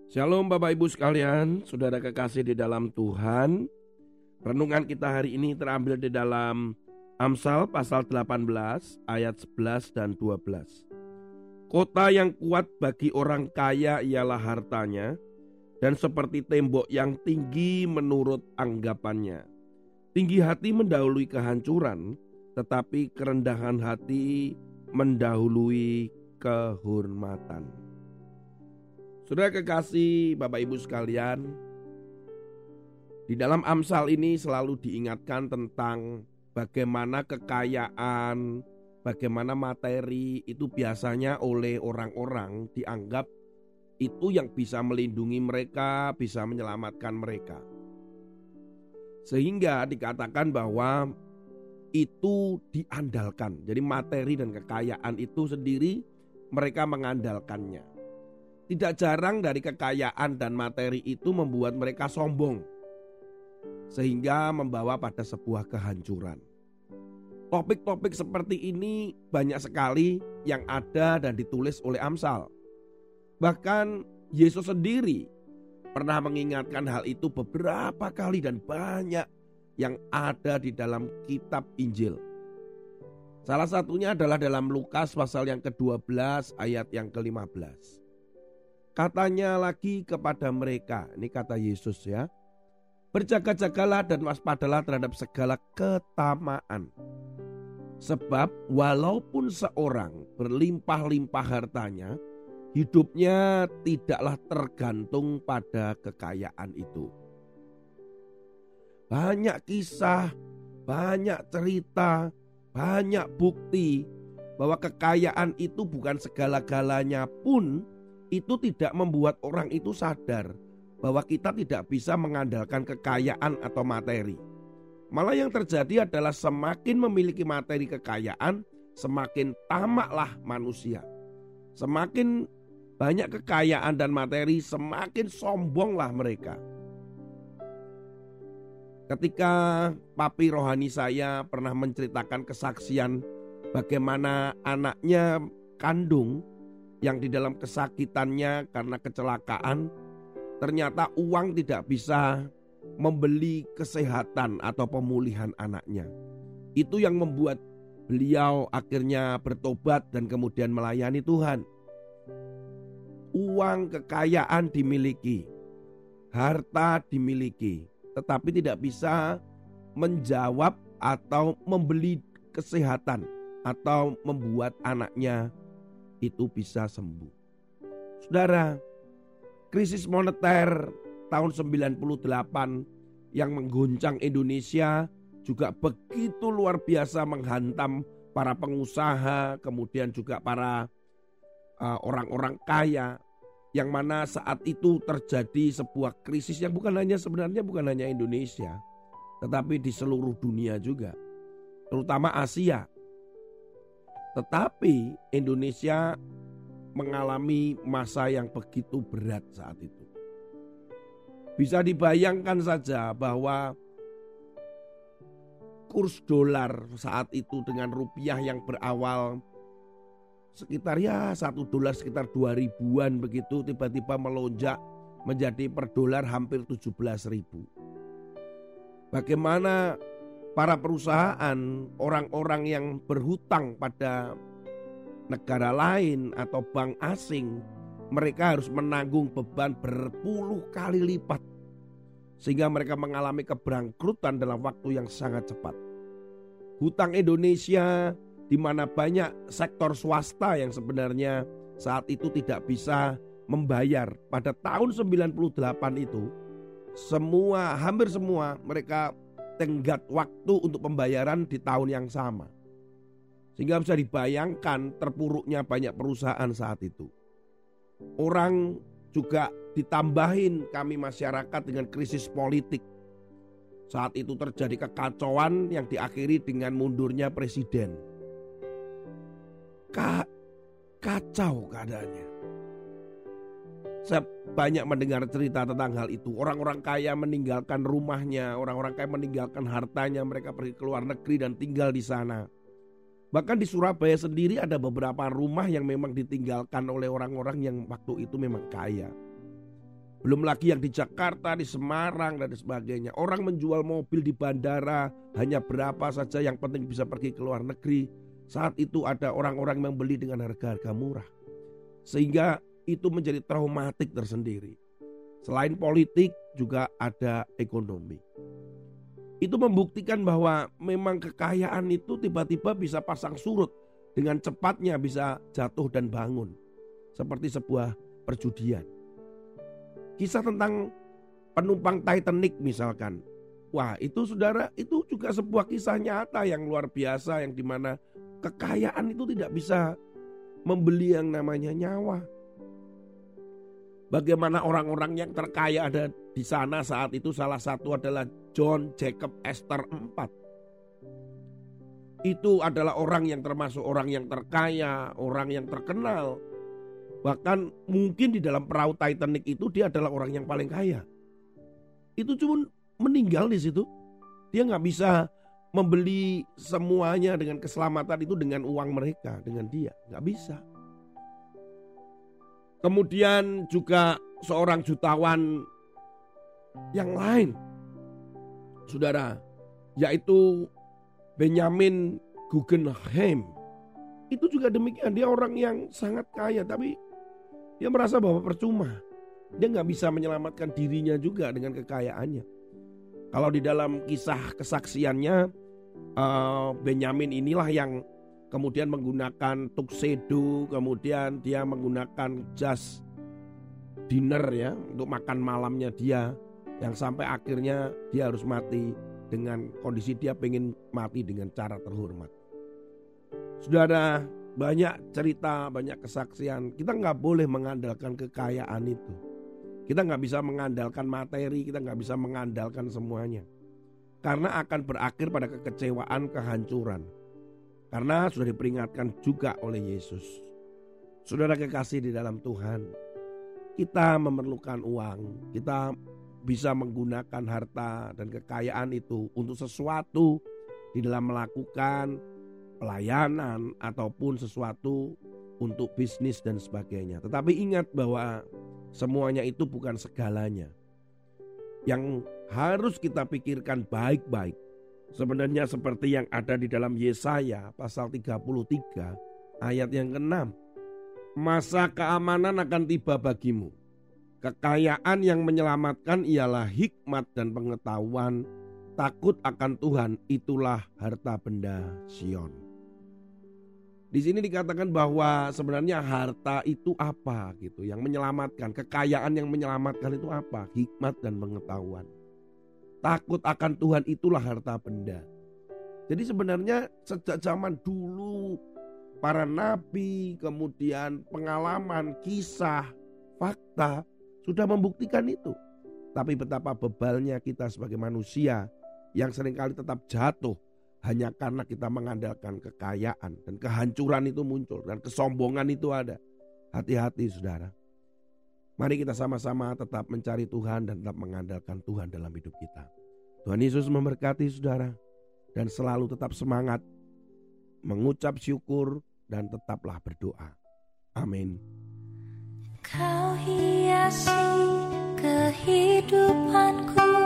Shalom Bapak Ibu sekalian, saudara kekasih di dalam Tuhan. Renungan kita hari ini terambil di dalam Amsal pasal 18 ayat 11 dan 12. Kota yang kuat bagi orang kaya ialah hartanya, dan seperti tembok yang tinggi menurut anggapannya. Tinggi hati mendahului kehancuran, tetapi kerendahan hati mendahului kehormatan. Saudara kekasih, Bapak Ibu sekalian, di dalam Amsal ini selalu diingatkan tentang bagaimana kekayaan, bagaimana materi itu biasanya oleh orang-orang dianggap itu yang bisa melindungi mereka, bisa menyelamatkan mereka. Sehingga dikatakan bahwa itu diandalkan. Jadi materi dan kekayaan itu sendiri mereka mengandalkannya. Tidak jarang dari kekayaan dan materi itu membuat mereka sombong, sehingga membawa pada sebuah kehancuran. Topik-topik seperti ini banyak sekali yang ada dan ditulis oleh Amsal. Bahkan Yesus sendiri pernah mengingatkan hal itu beberapa kali dan banyak yang ada di dalam kitab Injil. Salah satunya adalah dalam Lukas pasal yang ke-12 ayat yang ke-15. Katanya lagi kepada mereka, ini kata Yesus ya, berjaga-jagalah dan waspadalah terhadap segala ketamaan. Sebab walaupun seorang berlimpah-limpah hartanya, hidupnya tidaklah tergantung pada kekayaan itu. Banyak kisah, banyak cerita, banyak bukti bahwa kekayaan itu bukan segala-galanya, pun itu tidak membuat orang itu sadar bahwa kita tidak bisa mengandalkan kekayaan atau materi. Malah yang terjadi adalah semakin memiliki materi kekayaan, semakin tamaklah manusia. Semakin banyak kekayaan dan materi, semakin sombonglah mereka. Ketika papi rohani saya pernah menceritakan kesaksian bagaimana anaknya kandung yang di dalam kesakitannya karena kecelakaan, ternyata uang tidak bisa membeli kesehatan atau pemulihan anaknya. Itu yang membuat beliau akhirnya bertobat dan kemudian melayani Tuhan. Uang, kekayaan dimiliki, harta dimiliki, tetapi tidak bisa menjawab atau membeli kesehatan atau membuat anaknya itu bisa sembuh. Saudara, krisis moneter tahun 98 yang mengguncang Indonesia juga begitu luar biasa menghantam para pengusaha, kemudian juga para orang-orang kaya, yang mana saat itu terjadi sebuah krisis yang sebenarnya bukan hanya Indonesia, tetapi di seluruh dunia juga, terutama Asia. Tetapi Indonesia mengalami masa yang begitu berat saat itu. Bisa dibayangkan saja bahwa kurs dolar saat itu dengan rupiah yang berawal sekitar $1 sekitar 2.000-an begitu, tiba-tiba melonjak menjadi per dolar hampir 17.000. Bagaimana para perusahaan, orang-orang yang berhutang pada negara lain atau bank asing, mereka harus menanggung beban berpuluh kali lipat, sehingga mereka mengalami keberangkrutan dalam waktu yang sangat cepat. Hutang Indonesia, di mana banyak sektor swasta yang sebenarnya saat itu tidak bisa membayar. Pada tahun 98 itu, hampir semua mereka tenggat waktu untuk pembayaran di tahun yang sama. Sehingga bisa dibayangkan terpuruknya banyak perusahaan saat itu. Orang juga ditambahin kami masyarakat dengan krisis politik. Saat itu terjadi kekacauan yang diakhiri dengan mundurnya presiden. Kacau keadaannya. Saya banyak mendengar cerita tentang hal itu. Orang-orang kaya meninggalkan rumahnya, orang-orang kaya meninggalkan hartanya, mereka pergi ke luar negeri dan tinggal di sana. Bahkan di Surabaya sendiri ada beberapa rumah yang memang ditinggalkan oleh orang-orang yang waktu itu memang kaya. Belum lagi yang di Jakarta, di Semarang, dan sebagainya. Orang menjual mobil di bandara hanya berapa saja, yang penting bisa pergi ke luar negeri. Saat itu ada orang-orang yang membeli dengan harga-harga murah. Sehingga itu menjadi traumatik tersendiri. Selain politik juga ada ekonomi. Itu membuktikan bahwa memang kekayaan itu tiba-tiba bisa pasang surut. Dengan cepatnya bisa jatuh dan bangun. Seperti sebuah perjudian. Kisah tentang penumpang Titanic misalkan. Wah, itu saudara, itu juga sebuah kisah nyata yang luar biasa, yang dimana kekayaan itu tidak bisa membeli yang namanya nyawa. Bagaimana orang-orang yang terkaya ada di sana saat itu, salah satu adalah John Jacob Astor IV. Itu adalah orang yang termasuk orang yang terkaya, orang yang terkenal. Bahkan mungkin di dalam perahu Titanic itu dia adalah orang yang paling kaya. Itu cuma meninggal di situ. Dia nggak bisa membeli semuanya dengan keselamatan itu dengan uang mereka, dengan dia. Nggak bisa. Kemudian juga seorang jutawan yang lain, saudara, yaitu Benjamin Guggenheim. Itu juga demikian, dia orang yang sangat kaya, tapi dia merasa bahwa percuma. Dia nggak bisa menyelamatkan dirinya juga dengan kekayaannya. Kalau di dalam kisah kesaksiannya, Benjamin inilah yang kemudian menggunakan tuxedo, kemudian dia menggunakan jas dinner ya untuk makan malamnya dia, yang sampai akhirnya dia harus mati dengan kondisi dia pengen mati dengan cara terhormat. Saudara, banyak cerita, banyak kesaksian. Kita nggak boleh mengandalkan kekayaan itu. Kita nggak bisa mengandalkan materi, kita nggak bisa mengandalkan semuanya. Karena akan berakhir pada kekecewaan, kehancuran. Karena sudah diperingatkan juga oleh Yesus. Saudara kekasih di dalam Tuhan, kita memerlukan uang. Kita bisa menggunakan harta dan kekayaan itu untuk sesuatu di dalam melakukan pelayanan ataupun sesuatu untuk bisnis dan sebagainya. Tetapi ingat bahwa semuanya itu bukan segalanya. Yang harus kita pikirkan baik-baik, sebenarnya seperti yang ada di dalam Yesaya pasal 33 ayat yang ke-6. Masa keamanan akan tiba bagimu. Kekayaan yang menyelamatkan ialah hikmat dan pengetahuan. Takut akan Tuhan, itulah harta benda Sion. Di sini dikatakan bahwa sebenarnya harta itu apa gitu, yang menyelamatkan, kekayaan yang menyelamatkan itu apa? Hikmat dan pengetahuan. Takut akan Tuhan, itulah harta benda. Jadi sebenarnya sejak zaman dulu para nabi, kemudian pengalaman, kisah, fakta sudah membuktikan itu. Tapi betapa bebalnya kita sebagai manusia yang seringkali tetap jatuh hanya karena kita mengandalkan kekayaan, dan kehancuran itu muncul dan kesombongan itu ada. Hati-hati saudara. Mari kita sama-sama tetap mencari Tuhan dan tetap mengandalkan Tuhan dalam hidup kita. Tuhan Yesus memberkati saudara, dan selalu tetap semangat, mengucap syukur, dan tetaplah berdoa. Amin. Kau hiasi kehidupanku